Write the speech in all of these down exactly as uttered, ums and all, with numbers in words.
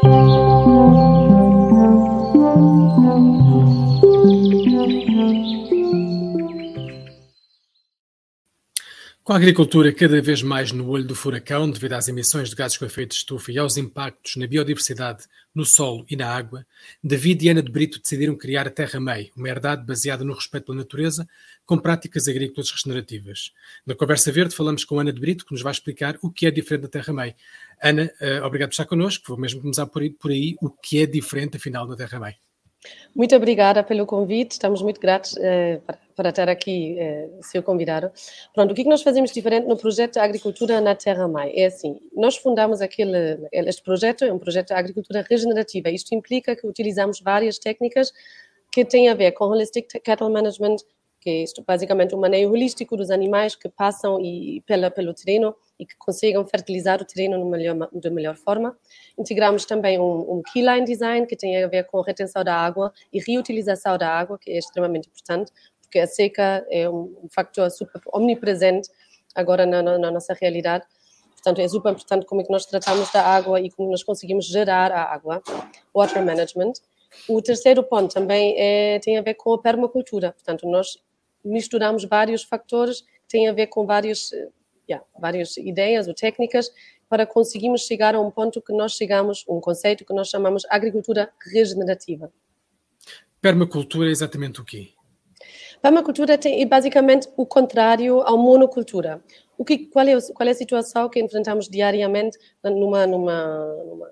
Com a agricultura cada vez mais no olho do furacão devido às emissões de gases com efeito de estufa e aos impactos na biodiversidade, no solo e na água, David e Ana de Brito decidiram criar a Terra-Mei, uma herdade baseada no respeito pela natureza, com práticas agrícolas regenerativas. Na Conversa Verde falamos com Ana de Brito, que nos vai explicar o que é diferente da Terra-Mei. Ana, uh, obrigado por estar connosco. Vou mesmo começar por aí, por aí o que é diferente, afinal, da Terra-Mei. Muito obrigada pelo convite, estamos muito gratos eh, para, para estar aqui, eh, seu convidado. Pronto, o que, é que nós fazemos diferente no projeto de Agricultura na Terra-Mei? É assim, nós fundamos aquele, este projeto, é um projeto de agricultura regenerativa. Isto implica que utilizamos várias técnicas que têm a ver com Holistic Cattle Management, que é isto, basicamente um manejo holístico dos animais que passam e, pela, pelo terreno e que consigam fertilizar o terreno de melhor, de melhor forma. Integramos também um, um keyline design, que tem a ver com retenção da água e reutilização da água, que é extremamente importante, porque a seca é um, um fator super omnipresente agora na, na, na nossa realidade. Portanto, é super importante como é que nós tratamos da água e como nós conseguimos gerar a água. Water management. O terceiro ponto também é, tem a ver com a permacultura. Portanto, nós misturamos vários fatores que têm a ver com vários, yeah, várias ideias ou técnicas para conseguirmos chegar a um ponto que nós chegamos, um conceito que nós chamamos agricultura regenerativa. Permacultura é exatamente o quê? Permacultura tem, é basicamente o contrário à monocultura. O que, qual, é, qual é a situação que enfrentamos diariamente numa, numa, numa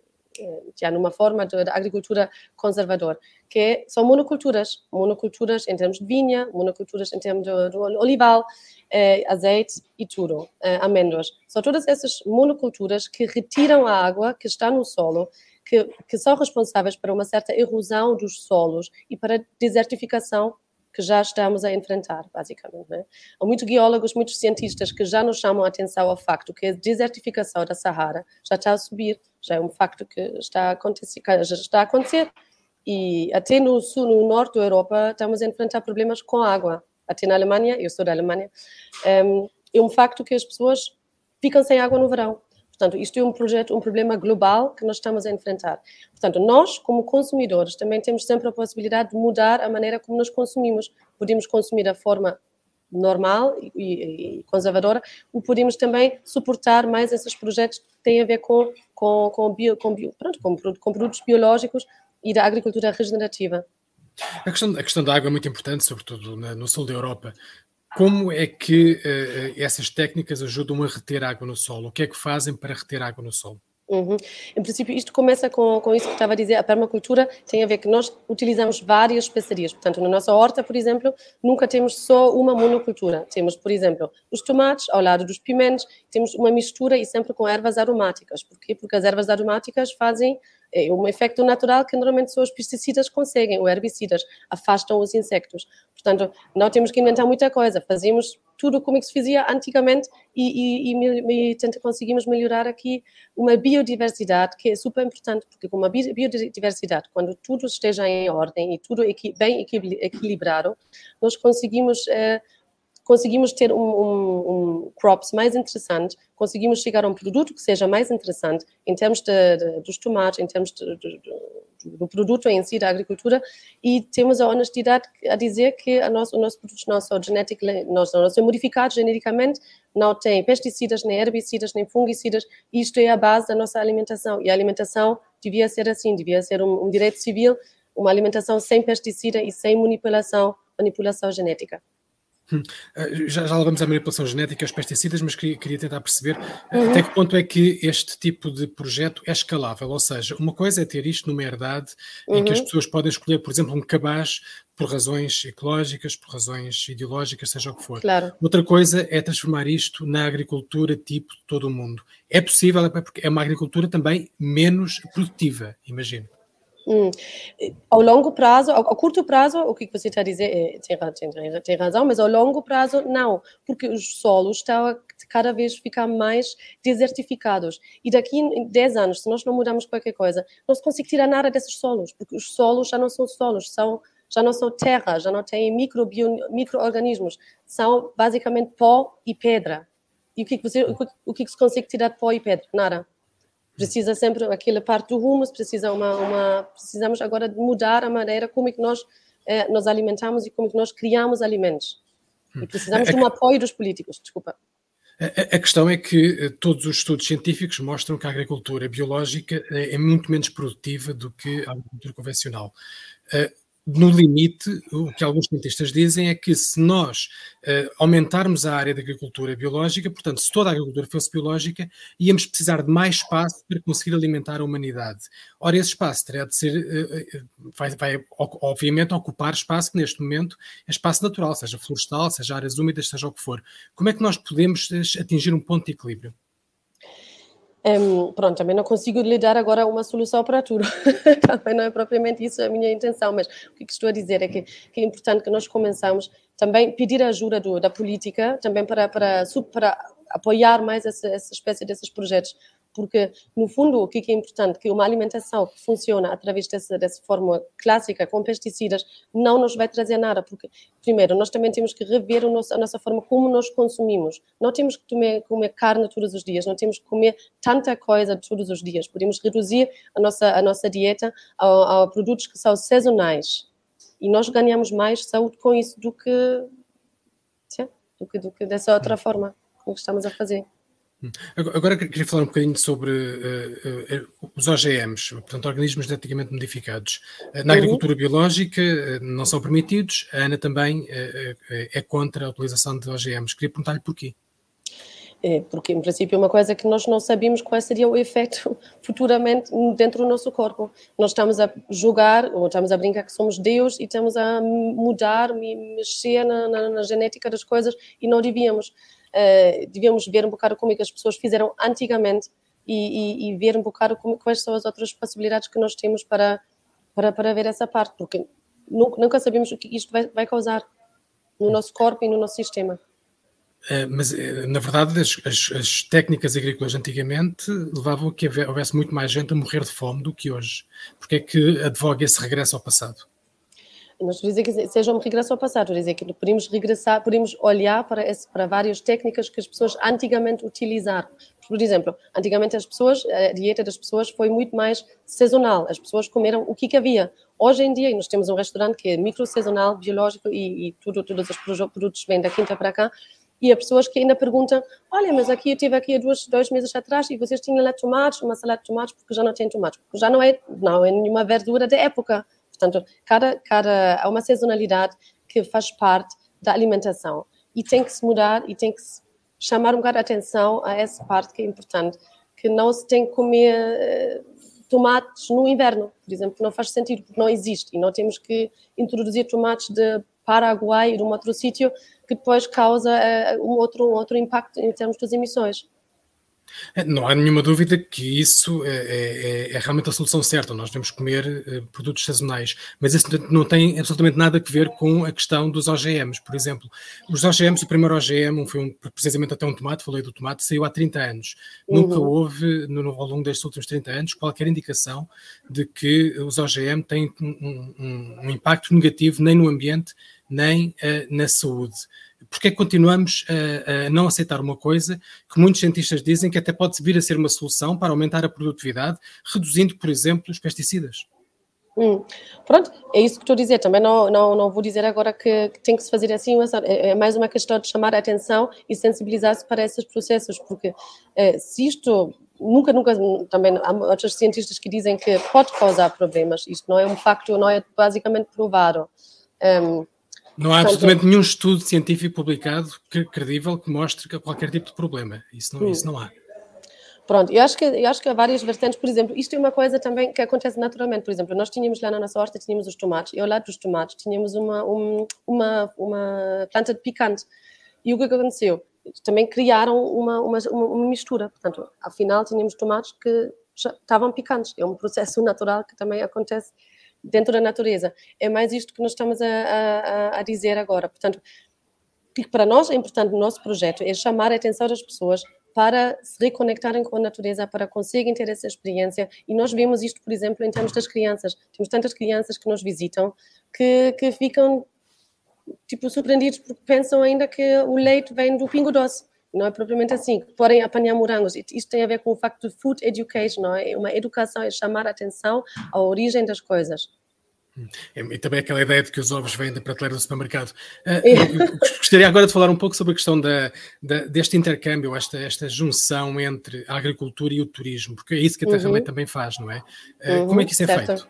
já numa forma de, de agricultura conservadora, que é, são monoculturas, monoculturas em termos de vinha, monoculturas em termos de, de olival, eh, azeite e tudo, eh, amêndoas. São todas essas monoculturas que retiram a água que está no solo, que, que são responsáveis por uma certa erosão dos solos e para a desertificação que já estamos a enfrentar, basicamente. Né? Há muitos geólogos, muitos cientistas que já nos chamam a atenção ao facto que a desertificação da Sahara já está a subir, já é um facto que está a acontecer, já está a acontecer. E até no sul, no norte da Europa, estamos a enfrentar problemas com água. Até na Alemanha, eu sou da Alemanha, é um facto que as pessoas ficam sem água no verão. Portanto, isto é um projeto, um problema global que nós estamos a enfrentar. Portanto, nós, como consumidores, também temos sempre a possibilidade de mudar a maneira como nós consumimos. Podemos consumir da forma normal e, e conservadora, ou podemos também suportar mais esses projetos que têm a ver com, com, com, bio, com, bio, pronto, com, com produtos biológicos e da agricultura regenerativa. A questão, a questão da água é muito importante, sobretudo na, no sul da Europa. Como é que uh, essas técnicas ajudam a reter água no solo? O que é que fazem para reter água no solo? Uhum. Em princípio, isto começa com, com isso que estava a dizer. A permacultura tem a ver que nós utilizamos várias especiarias. Portanto, na nossa horta, por exemplo, nunca temos só uma monocultura. Temos, por exemplo, os tomates ao lado dos pimentos, temos uma mistura e sempre com ervas aromáticas. Porquê? Porque as ervas aromáticas fazem é, um efeito natural que normalmente só os pesticidas conseguem, ou herbicidas, afastam os insectos. Portanto, não temos que inventar muita coisa. Fazemos tudo como se fazia antigamente e, e, e, e tenta, conseguimos melhorar aqui uma biodiversidade que é super importante, porque com uma biodiversidade, quando tudo esteja em ordem e tudo bem equilibrado, nós conseguimos, eh, conseguimos ter um, um, um crops mais interessante, conseguimos chegar a um produto que seja mais interessante em termos de, de, dos tomates, em termos de, de, de, do produto em si, da agricultura, e temos a honestidade a dizer que a nosso, o nosso produto não são, não são modificados geneticamente, não tem pesticidas, nem herbicidas, nem fungicidas, e isto é a base da nossa alimentação, e a alimentação devia ser assim, devia ser um, um direito civil, uma alimentação sem pesticida e sem manipulação, manipulação genética. Hum. Já, já lá vamos à manipulação genética, aos pesticidas, mas queria, queria tentar perceber uhum. até que ponto é que este tipo de projeto é escalável, ou seja, uma coisa é ter isto numa herdade uhum. em que as pessoas podem escolher, por exemplo, um cabaz por razões ecológicas, por razões ideológicas, seja o que for. Claro. Outra coisa é transformar isto na agricultura tipo de todo o mundo. É possível, é porque é uma agricultura também menos produtiva, imagino. Hum. Ao longo prazo, ao, ao curto prazo, o que você está a dizer é, tem, tem, tem razão, mas ao longo prazo não, porque os solos estão a cada vez ficar mais desertificados e daqui em dez anos, se nós não mudarmos qualquer coisa, não se consegue tirar nada desses solos, porque os solos já não são solos, são, já não são terra, já não têm microbio, micro-organismos, são basicamente pó e pedra. E o que, você, o, o que se consegue tirar de pó e pedra? Nada. Precisa sempre aquela parte do humus, precisa uma, uma, precisamos agora de mudar a maneira como é que nós eh, nos alimentamos e como é que nós criamos alimentos. E precisamos de um apoio dos políticos, desculpa. A, a questão é que todos os estudos científicos mostram que a agricultura biológica é, é muito menos produtiva do que a agricultura convencional. Uh, No limite, o que alguns cientistas dizem é que se nós uh, aumentarmos a área da agricultura biológica, portanto, se toda a agricultura fosse biológica, íamos precisar de mais espaço para conseguir alimentar a humanidade. Ora, esse espaço terá de ser, uh, vai, vai, obviamente, ocupar espaço que neste momento é espaço natural, seja florestal, seja áreas úmidas, seja o que for. Como é que nós podemos atingir um ponto de equilíbrio? Um, pronto, também não consigo lhe dar agora uma solução para tudo. Também não é propriamente isso a minha intenção, mas o que estou a dizer é que, que é importante que nós começamos também a pedir a ajuda do, da política, também para, para, para apoiar mais essa, essa espécie desses projetos. Porque, no fundo, o que é importante? Que uma alimentação que funciona através dessa, dessa forma clássica, com pesticidas, não nos vai trazer nada. Porque, primeiro, nós também temos que rever o nosso, a nossa forma como nós consumimos. Não temos que comer, comer carne todos os dias, não temos que comer tanta coisa todos os dias. Podemos reduzir a nossa, a nossa dieta a, a produtos que são sazonais. E nós ganhamos mais saúde com isso do que, do que, do que dessa outra forma como estamos a fazer. Agora queria falar um bocadinho sobre uh, uh, os O G Ms, portanto, organismos geneticamente modificados. Uh, na agricultura uhum. biológica uh, não são permitidos, a Ana também uh, uh, é contra a utilização de O G Ms. Queria perguntar-lhe porquê. É, porque, em princípio, é uma coisa que nós não sabemos qual seria o efeito futuramente dentro do nosso corpo. Nós estamos a julgar, ou estamos a brincar que somos Deus e estamos a mudar, mexer na, na, na genética das coisas e não devíamos. Uh, devíamos ver um bocado como é que as pessoas fizeram antigamente e, e, e ver um bocado como, quais são as outras possibilidades que nós temos para, para, para ver essa parte, porque nunca, nunca sabemos o que isto vai, vai causar no nosso corpo e no nosso sistema. Uh, mas, uh, na verdade, as, as, as técnicas agrícolas antigamente levavam a que houvesse muito mais gente a morrer de fome do que hoje. Porque é que advoga esse regresso ao passado? Não estou a dizer que seja um regresso ao passado, estou a dizer que podemos regressar, podemos olhar para, esse, para várias técnicas que as pessoas antigamente utilizaram. Por exemplo, antigamente as pessoas, a dieta das pessoas foi muito mais sazonal, as pessoas comeram o que, que havia. Hoje em dia, nós temos um restaurante que é micro-sazonal, biológico e, e tudo, todos os produtos vêm da quinta para cá, e há pessoas que ainda perguntam, olha, mas aqui eu estive aqui há dois, dois meses atrás e vocês tinham lá tomates, uma salada de tomates, porque já não tem tomates, porque já não é, não é nenhuma verdura da época. Portanto, cada, cada, há uma sazonalidade que faz parte da alimentação e tem que se mudar e tem que se chamar um bocado a atenção a essa parte que é importante, que não se tem que comer uh, tomates no inverno, por exemplo, não faz sentido, porque não existe e não temos que introduzir tomates de Paraguai ou de um outro sítio que depois causa uh, um, outro, um outro impacto em termos das emissões. Não há nenhuma dúvida que isso é, é, é realmente a solução certa. Nós devemos comer uh, produtos sazonais, mas isso não tem absolutamente nada a ver com a questão dos O G Ms. Por exemplo, os O G Ms, o primeiro O G M foi um, precisamente até um tomate, falei do tomate, saiu há trinta anos. Uhum. Nunca houve, no, ao longo destes últimos trinta anos, qualquer indicação de que os O G M têm um, um, um impacto negativo nem no ambiente, nem uh, na saúde. Porque é que continuamos a, a não aceitar uma coisa que muitos cientistas dizem que até pode vir a ser uma solução para aumentar a produtividade, reduzindo, por exemplo, os pesticidas? Hum. Pronto, é isso que estou a dizer. Também não, não, não vou dizer agora que, que tem que se fazer assim, mas é mais uma questão de chamar a atenção e sensibilizar-se para esses processos, porque eh, se isto... Nunca, nunca, também há outros cientistas que dizem que pode causar problemas. Isto não é um facto, não é basicamente provado. Um, Não há absolutamente nenhum estudo científico publicado que, credível que mostre que há qualquer tipo de problema. Isso não, hum. isso não há. Pronto, eu acho, que, eu acho que há várias vertentes. Por exemplo, isto é uma coisa também que acontece naturalmente. Por exemplo, nós tínhamos lá na nossa horta, tínhamos os tomates. E ao lado dos tomates tínhamos uma, um, uma, uma planta de picante. E o que aconteceu? Também criaram uma, uma, uma mistura. Portanto, afinal, tínhamos tomates que já estavam picantes. É um processo natural que também acontece dentro da natureza. É mais isto que nós estamos a, a, a dizer agora. Portanto, o que para nós é importante no nosso projeto é chamar a atenção das pessoas para se reconectarem com a natureza, para conseguirem ter essa experiência. E nós vemos isto, por exemplo, em termos das crianças. Temos tantas crianças que nos visitam que, que ficam tipo, surpreendidos porque pensam ainda que o leite vem do Pingo Doce. não é propriamente assim, que podem apanhar morangos. Isto tem a ver com o facto de food education, não é? Uma educação é chamar a atenção à origem das coisas. E também aquela ideia de que os ovos vêm da prateleira do supermercado. Uh, gostaria agora de falar um pouco sobre a questão da, da, deste intercâmbio, esta, esta junção entre a agricultura e o turismo, porque é isso que a Terra Mãe uhum. também faz, não é? Uh, uhum, como é que isso é certo. feito?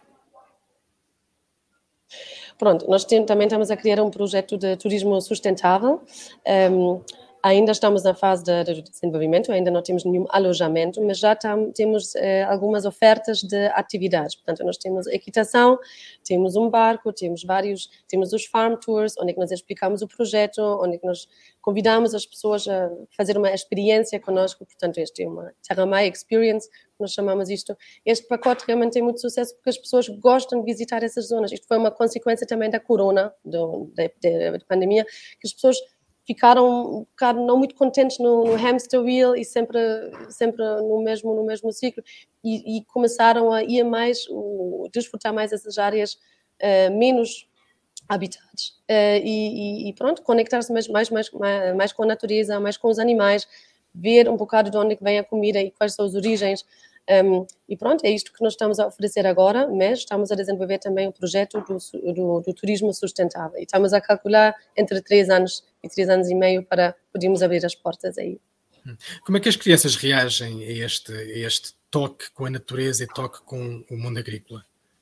Pronto, nós tem, também estamos a criar um projeto de turismo sustentável. Um, Ainda estamos na fase de, de desenvolvimento, ainda não temos nenhum alojamento, mas já tam, temos eh, algumas ofertas de atividades. Portanto, nós temos equitação, temos um barco, temos vários, temos os farm tours, onde é que nós explicamos o projeto, onde é que nós convidamos as pessoas a fazer uma experiência connosco. Portanto, este é uma Terra Mãe Experience, nós chamamos isto. Este pacote realmente tem muito sucesso porque as pessoas gostam de visitar essas zonas. Isto foi uma consequência também da corona, do, da, da pandemia, que as pessoas ficaram um bocado não muito contentes no, no hamster wheel e sempre, sempre no, mesmo, no mesmo ciclo e, e começaram a ir mais, o, desfrutar mais essas áreas uh, menos habitadas uh, e, e pronto, conectar-se mais, mais, mais, mais com a natureza, mais com os animais, ver um bocado de onde é que vem a comida e quais são as origens. Um, e pronto, é isto que nós estamos a oferecer agora, mas estamos a desenvolver também o projeto do, do, do turismo sustentável e estamos a calcular entre três anos e três anos e meio para podermos abrir as portas aí. Como é que as crianças reagem a este, a este toque com a natureza e toque com o mundo agrícola?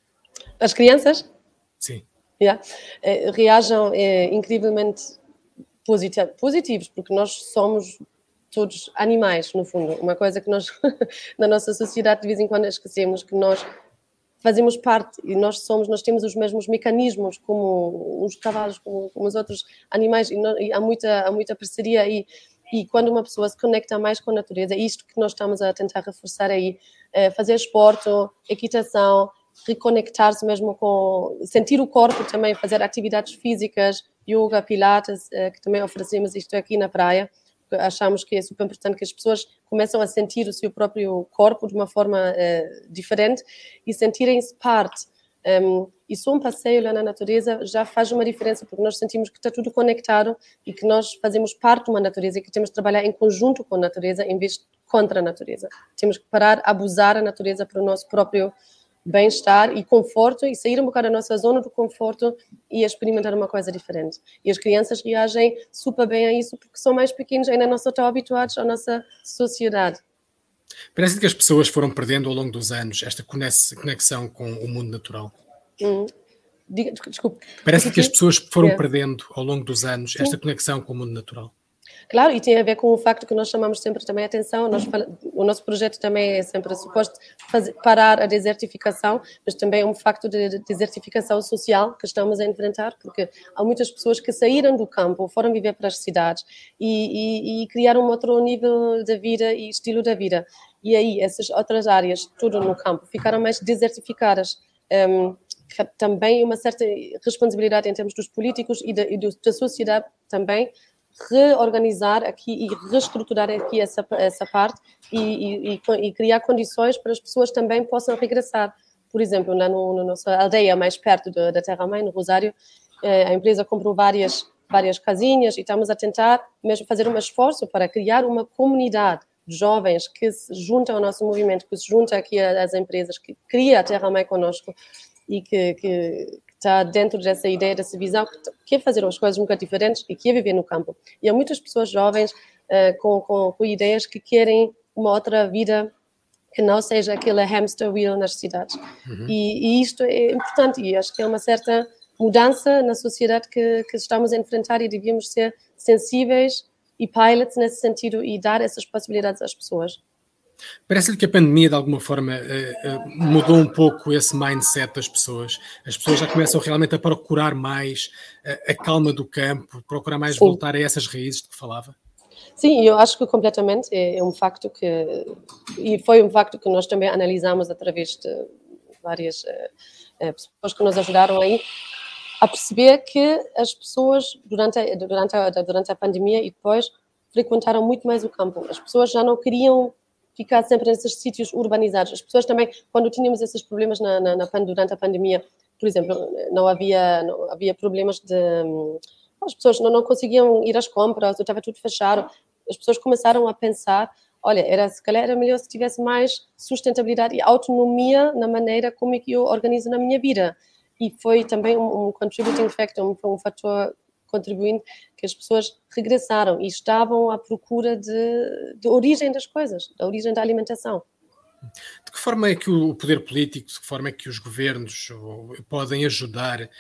As crianças? Sim. Yeah. Eh, reagem eh, incrivelmente positiv- positivos, porque nós somos todos animais, no fundo. Uma coisa que nós, na nossa sociedade, de vez em quando esquecemos, que nós fazemos parte e nós somos, nós temos os mesmos mecanismos como os cavalos, como, como os outros animais, e, não, e há, muita, há muita parceria aí. E quando uma pessoa se conecta mais com a natureza, é isto que nós estamos a tentar reforçar aí, é fazer esporte, equitação, reconectar-se mesmo com, sentir o corpo também, fazer atividades físicas, yoga, pilates, que também oferecemos isto aqui na praia. Achamos que é super importante que as pessoas começam a sentir o seu próprio corpo de uma forma uh, diferente e sentirem-se parte. Um, e só um passeio lá na natureza já faz uma diferença, porque nós sentimos que está tudo conectado e que nós fazemos parte de uma natureza e que temos de trabalhar em conjunto com a natureza em vez de contra a natureza. Temos que parar, abusar a natureza para o nosso próprio bem-estar e conforto e sair um bocado da nossa zona do conforto e experimentar uma coisa diferente. E as crianças reagem super bem a isso porque são mais pequenos, ainda não estão habituados à nossa sociedade. Parece que as pessoas foram perdendo ao longo dos anos esta conexão com o mundo natural. Hum. Diga, desculpe. Parece que as pessoas foram é. perdendo ao longo dos anos Sim. esta conexão com o mundo natural. Claro, e tem a ver com o facto que nós chamamos sempre também a atenção, nós, o nosso projeto também é sempre suposto fazer, parar a desertificação, mas também é um facto de desertificação social que estamos a enfrentar, porque há muitas pessoas que saíram do campo, foram viver para as cidades e, e, e criaram um outro nível de vida e estilo de vida. E aí, essas outras áreas, tudo no campo, ficaram mais desertificadas. Um, também uma certa responsabilidade em termos dos políticos e da, e da sociedade também, reorganizar aqui e reestruturar aqui essa, essa parte e, e, e criar condições para as pessoas também possam regressar. Por exemplo, lá no, na nossa aldeia mais perto de, da Terra Mãe, no Rosário, a empresa comprou várias, várias casinhas e estamos a tentar mesmo fazer um esforço para criar uma comunidade de jovens que se juntam ao nosso movimento, que se juntam aqui às empresas, que cria a Terra Mãe connosco e que, que está dentro dessa ideia, dessa visão, que quer fazer umas coisas um bocado diferentes e quer viver no campo. E há muitas pessoas jovens uh, com, com, com ideias que querem uma outra vida que não seja aquele hamster wheel nas cidades. Uhum. E, e isto é importante e acho que é uma certa mudança na sociedade que, que estamos a enfrentar e devíamos ser sensíveis e pilots nesse sentido e dar essas possibilidades às pessoas. Parece-lhe que a pandemia, de alguma forma, mudou um pouco esse mindset das pessoas. As pessoas já começam realmente a procurar mais a calma do campo, procurar mais Sim. voltar a essas raízes de que falava? Sim, eu acho que completamente é um facto que... E foi um facto que nós também analisamos através de várias uh, pessoas que nos ajudaram aí a perceber que as pessoas, durante a, durante a, durante a pandemia e depois, frequentaram muito mais o campo. As pessoas já não queriam ficar sempre nesses sítios urbanizados. As pessoas também, quando tínhamos esses problemas na, na, na, durante a pandemia, por exemplo, não havia, não, havia problemas de... As pessoas não, não conseguiam ir às compras, estava tudo fechado. as pessoas começaram a pensar, olha, era, se calhar era melhor se tivesse mais sustentabilidade e autonomia na maneira como é que eu organizo na minha vida. E foi também um, um contributing factor, um, um fator contribuindo que as pessoas regressaram e estavam à procura de, de origem das coisas, da origem da alimentação. De que forma é que o poder político, de que forma é que os governos podem ajudar uh,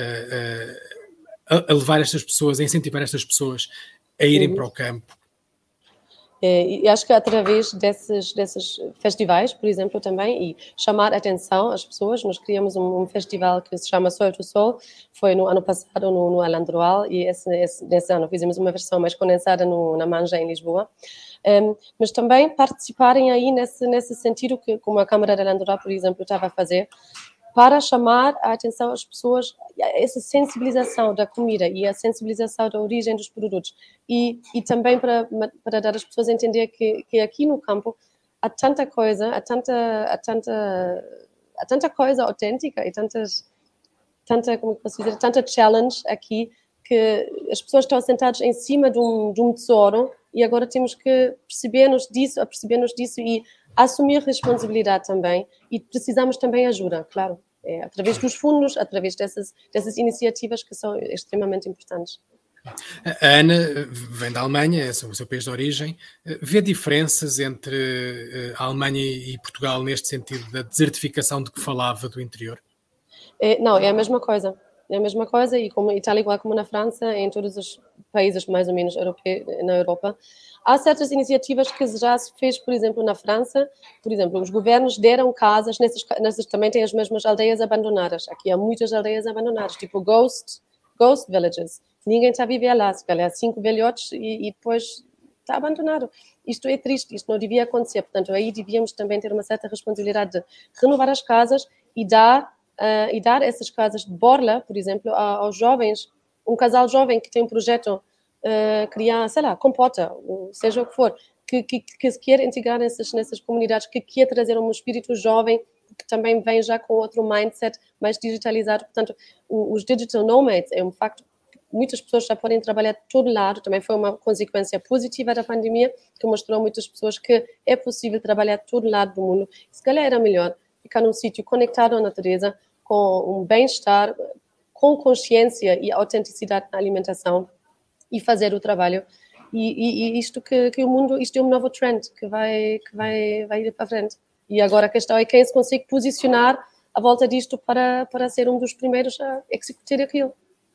uh, a levar estas pessoas, a incentivar estas pessoas a irem uhum. para o campo? É, e acho que através desses, desses festivais, por exemplo, também, e chamar a atenção às pessoas, nós criamos um, um festival que se chama Soil to Soul, foi no ano passado no, no Alandroal, e esse, esse, nesse ano fizemos uma versão mais condensada no, na Manja, em Lisboa. Um, mas também participarem aí nesse, nesse sentido, que, como a Câmara de Alandroal, por exemplo, estava a fazer, para chamar a atenção às pessoas, essa sensibilização da comida e a sensibilização da origem dos produtos. E, e também para, para dar às pessoas a entender que, que aqui no campo há tanta coisa, há tanta, há tanta, há tanta coisa autêntica e tantas, tanta, como posso dizer, tanta challenge aqui, que as pessoas estão sentadas em cima de um, de um tesouro e agora temos que perceber-nos disso, perceber-nos disso e assumir responsabilidade também, e precisamos também ajuda, claro, é, através dos fundos, através dessas, dessas iniciativas que são extremamente importantes. A Ana vem da Alemanha, é o seu país de origem. Vê diferenças entre a Alemanha e Portugal neste sentido da desertificação de que falava do interior? É, não, é a mesma coisa. É a mesma coisa, e como Itália, igual como na França, em todos os países mais ou menos europeus, na Europa, há certas iniciativas que já se fez, por exemplo, na França. Por exemplo, os governos deram casas, nessas, nessas também tem as mesmas aldeias abandonadas. Aqui há muitas aldeias abandonadas, tipo ghost, ghost villages. Ninguém está a viver lá, se calhar cinco velhotes e, e depois está abandonado. Isto é triste, isto não devia acontecer. Portanto, aí devíamos também ter uma certa responsabilidade de renovar as casas e dar Uh, e dar essas casas de borla, por exemplo, a, aos jovens, um casal jovem que tem um projeto, uh, criar, sei lá, compota, seja o que for, que, que, que se quer integrar nessas, nessas comunidades, que quer trazer um espírito jovem, que também vem já com outro mindset mais digitalizado. Portanto, os digital nomads é um facto. Muitas pessoas já podem trabalhar de todo lado, também foi uma consequência positiva da pandemia, que mostrou a muitas pessoas que é possível trabalhar de todo lado do mundo. Se calhar era melhor ficar num sítio conectado à natureza, com um bem-estar, com consciência e autenticidade na alimentação e fazer o trabalho. E, e, e isto que, que o mundo, isto é um novo trend que vai, que vai, vai ir para frente. E agora a questão é quem se consegue posicionar à volta disto para, para ser um dos primeiros a executar aquilo.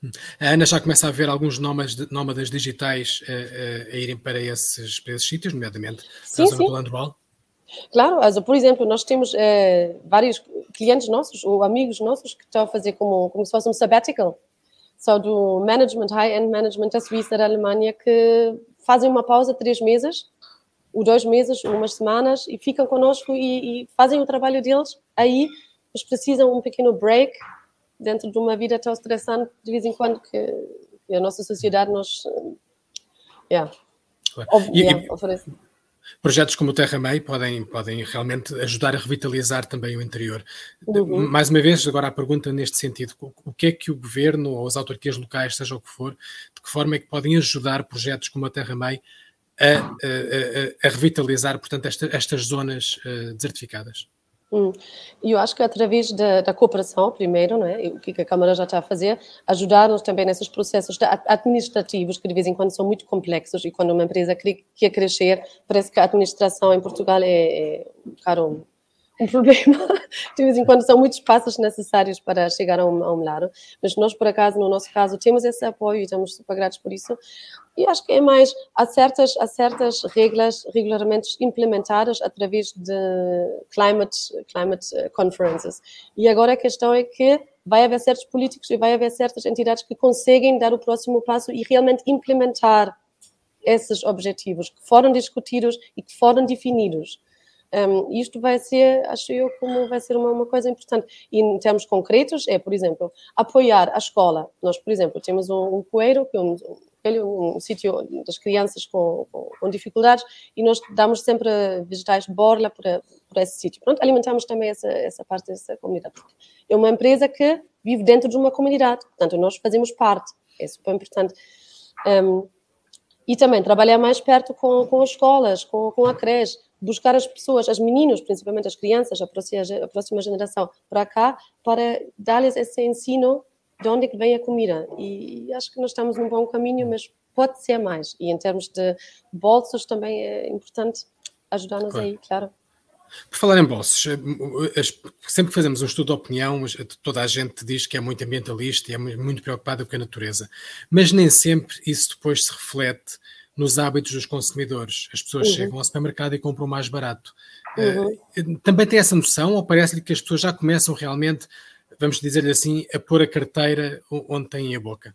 A Ana já começa a ver alguns nómadas, nómadas digitais a, a, a irem para esses, para esses sítios, nomeadamente sim, na zona sim. do Landroal? Claro, also, por exemplo, nós temos eh, vários clientes nossos, ou amigos nossos, que estão a fazer como, como se fosse um sabbatical. São do management, high-end management da Suíça, da Alemanha, que fazem uma pausa de três meses, ou dois meses, ou umas semanas, e ficam connosco e, e fazem o trabalho deles. Aí, eles precisam um pequeno break dentro de uma vida tão estressante, de vez em quando, que, que a nossa sociedade nos... Yeah, claro. ob, e, yeah, e... oferece. Projetos como o Terra Meio podem, podem realmente ajudar a revitalizar também o interior. Uhum. Mais uma vez, agora a pergunta neste sentido, o que é que o governo ou as autarquias locais, seja o que for, de que forma é que podem ajudar projetos como a Terra Meio a, a, a, a revitalizar, portanto, esta, estas zonas uh, desertificadas? Hum. Eu acho que através da, da cooperação, primeiro, não é? O que a Câmara já está a fazer, ajudar-nos também nesses processos administrativos que de vez em quando são muito complexos, e quando uma empresa quer crescer, parece que a administração em Portugal é, é claro, um problema. De vez em quando são muitos passos necessários para chegar a um, a um lado, mas nós, por acaso, no nosso caso, temos esse apoio e estamos super gratos por isso. E acho que é mais, há certas, há certas regras, regulamentos implementados através de climate, climate conferences. E agora a questão é que vai haver certos políticos e vai haver certas entidades que conseguem dar o próximo passo e realmente implementar esses objetivos que foram discutidos e que foram definidos. Um, isto vai ser, acho eu, como vai ser uma, uma coisa importante. E em termos concretos, é, por exemplo, apoiar a escola. Nós, por exemplo, temos um, um coeiro, que é um, um, um sítio das crianças com, com, com dificuldades, e nós damos sempre vegetais de borla por, por esse sítio. Pronto, alimentamos também essa, essa parte dessa comunidade. É uma empresa que vive dentro de uma comunidade, portanto, nós fazemos parte. É super importante. Um, E também trabalhar mais perto com, com as escolas, com, com a creche, buscar as pessoas, as meninas, principalmente as crianças, a próxima, a próxima geração, para cá, para dar-lhes esse ensino de onde é que vem a comida. E acho que nós estamos num bom caminho, mas pode ser mais. E em termos de bolsos também é importante ajudar-nos Claro. aí, claro. Por falar em bolsos, sempre que fazemos um estudo de opinião, toda a gente diz que é muito ambientalista e é muito preocupada com a natureza, mas nem sempre isso depois se reflete nos hábitos dos consumidores. As pessoas uhum. chegam ao supermercado e compram mais barato. Uhum. Também tem essa noção ou parece-lhe que as pessoas já começam realmente, vamos dizer-lhe assim, a pôr a carteira onde têm a boca?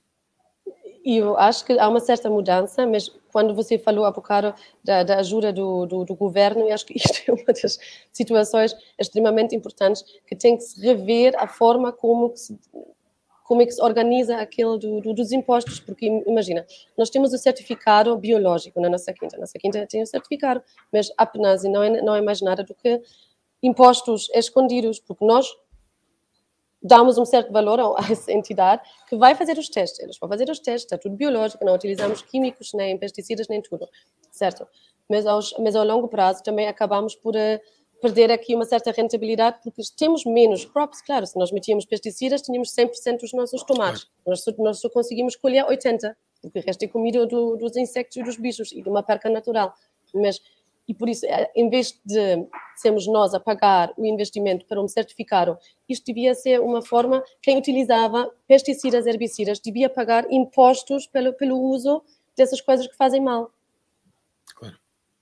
Eu acho que há uma certa mudança, mas quando você falou há bocado da, da ajuda do, do, do governo, eu acho que isto é uma das situações extremamente importantes que tem que se rever a forma como, que se, como é que se organiza aquele do, do, dos impostos, porque imagina, nós temos o certificado biológico na nossa quinta, a nossa quinta tem o certificado, mas apenas não é, não é mais nada do que impostos escondidos, porque nós damos um certo valor a essa entidade que vai fazer os testes. Eles vão fazer os testes, está tudo biológico, não utilizamos químicos, nem pesticidas, nem tudo, certo? Mas, aos, mas ao longo prazo também acabamos por uh, perder aqui uma certa rentabilidade, porque temos menos crops, claro, se nós metíamos pesticidas, tínhamos cem por cento dos nossos tomates. Nós só, nós só conseguimos colher oitenta por cento, porque o resto é comida do, dos insectos e dos bichos, e de uma perca natural. Mas E por isso, em vez de sermos nós a pagar o investimento para um certificado, isto devia ser uma forma, quem utilizava pesticidas, herbicidas, devia pagar impostos pelo, pelo uso dessas coisas que fazem mal. Claro.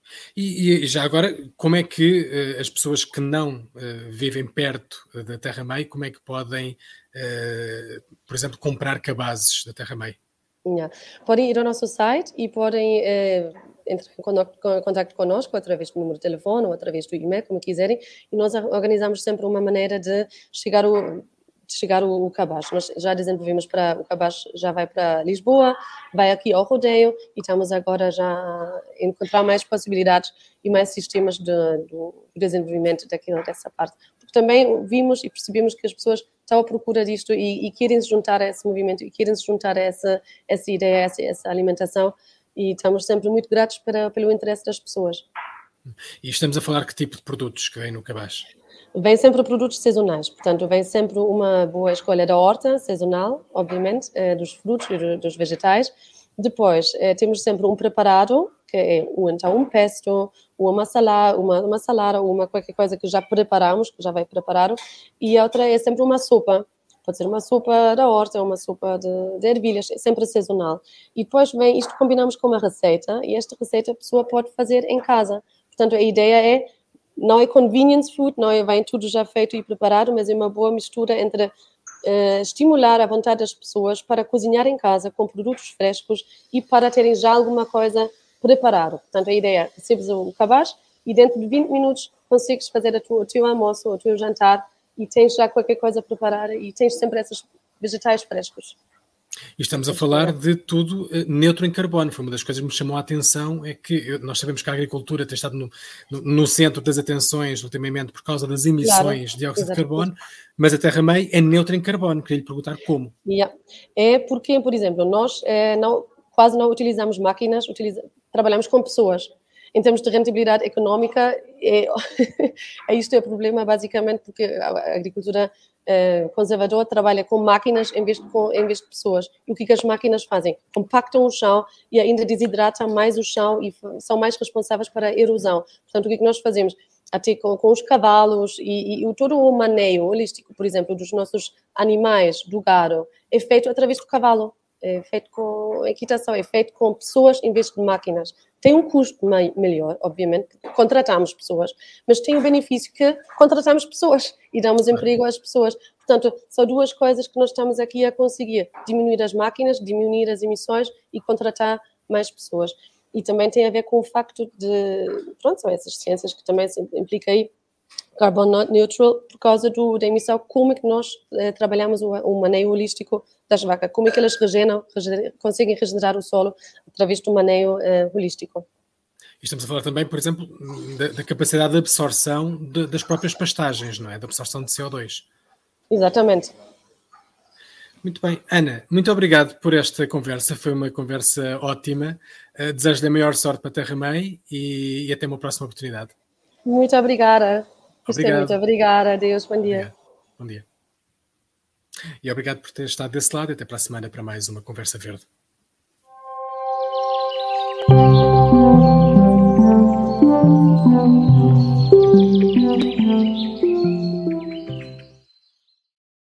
E, e já agora, como é que uh, as pessoas que não uh, vivem perto uh, da terra-mãe, como é que podem, uh, por exemplo, comprar cabazes da terra-mãe? Yeah. Podem ir ao nosso site e podem uh, entrar em contato connosco através do número de telefone ou através do e-mail, como quiserem, e nós organizamos sempre uma maneira de chegar o, de chegar o, o cabaz. Nós já desenvolvemos para, o cabaz já vai para Lisboa, vai aqui ao rodeio e estamos agora já a encontrar mais possibilidades e mais sistemas de, de desenvolvimento daquilo, dessa parte. Porque também vimos e percebemos que as pessoas estão à procura disto e, e querem se juntar a esse movimento e querem se juntar a essa, essa ideia, a essa, essa alimentação, e estamos sempre muito gratos para, pelo interesse das pessoas. E estamos a falar que tipo de produtos que vem no cabaz? Vem sempre produtos sazonais, portanto vem sempre uma boa escolha da horta sazonal, obviamente, dos frutos e dos vegetais. Depois temos sempre um preparado, que é então um pesto, uma salada, uma, uma salada ou uma qualquer coisa que já preparamos, que já vai preparado, e a outra é sempre uma sopa. Pode ser uma sopa da horta, uma sopa de, de ervilhas, é sempre sazonal. E depois vem, isto combinamos com uma receita, e esta receita a pessoa pode fazer em casa. Portanto, a ideia é, não é convenience food, não é, vem tudo já feito e preparado, mas é uma boa mistura entre uh, estimular a vontade das pessoas para cozinhar em casa com produtos frescos e para terem já alguma coisa preparada. Portanto, a ideia é, recebes o cabaz e dentro de vinte minutos consegues fazer a tua, o teu almoço ou o teu jantar e tens já qualquer coisa preparada e tens sempre esses vegetais frescos. E estamos a falar de tudo uh, neutro em carbono. Foi uma das coisas que me chamou a atenção, é que eu, nós sabemos que a agricultura tem estado no, no, no centro das atenções ultimamente por causa das emissões claro, de dióxido de carbono, mas a terra-mãe é neutra em carbono. Queria lhe perguntar como. Yeah. É porque, por exemplo, nós é, não, quase não utilizamos máquinas, utiliza, trabalhamos com pessoas. Em termos de rentabilidade económica, é, isto é o problema, basicamente, porque a agricultura eh, conservadora trabalha com máquinas em vez, de, com, em vez de pessoas. E o que, que as máquinas fazem? Compactam o chão e ainda desidratam mais o chão e são mais responsáveis para a erosão. Portanto, o que, que nós fazemos? Até com, com os cavalos e, e todo o maneio holístico, por exemplo, dos nossos animais do gado, é feito através do cavalo. É feito com equitação, é feito com pessoas em vez de máquinas. Tem um custo melhor, obviamente, contratamos pessoas, mas tem o benefício que contratamos pessoas e damos emprego às pessoas. Portanto, são duas coisas que nós estamos aqui a conseguir: diminuir as máquinas, diminuir as emissões e contratar mais pessoas. E também tem a ver com o facto de, pronto, são essas ciências que também se implica aí, carbon neutral, por causa do, da emissão, como é que nós eh, trabalhamos o, o maneio holístico das vacas, como é que elas regeneram, regeneram, conseguem regenerar o solo através do maneio eh, holístico. E estamos a falar também, por exemplo, da, da capacidade de absorção de, das próprias pastagens, não é? Da absorção de C O dois. Exatamente. Muito bem. Ana, muito obrigado por esta conversa. Foi uma conversa ótima. Uh, Desejo-lhe a maior sorte para a Terra-mãe e, e até uma próxima oportunidade. Muito obrigada. Gostei Obrigado. muito. Obrigada. Adeus. Bom dia. Obrigado. Bom dia. E obrigado por ter estado desse lado e até para a semana para mais uma Conversa Verde.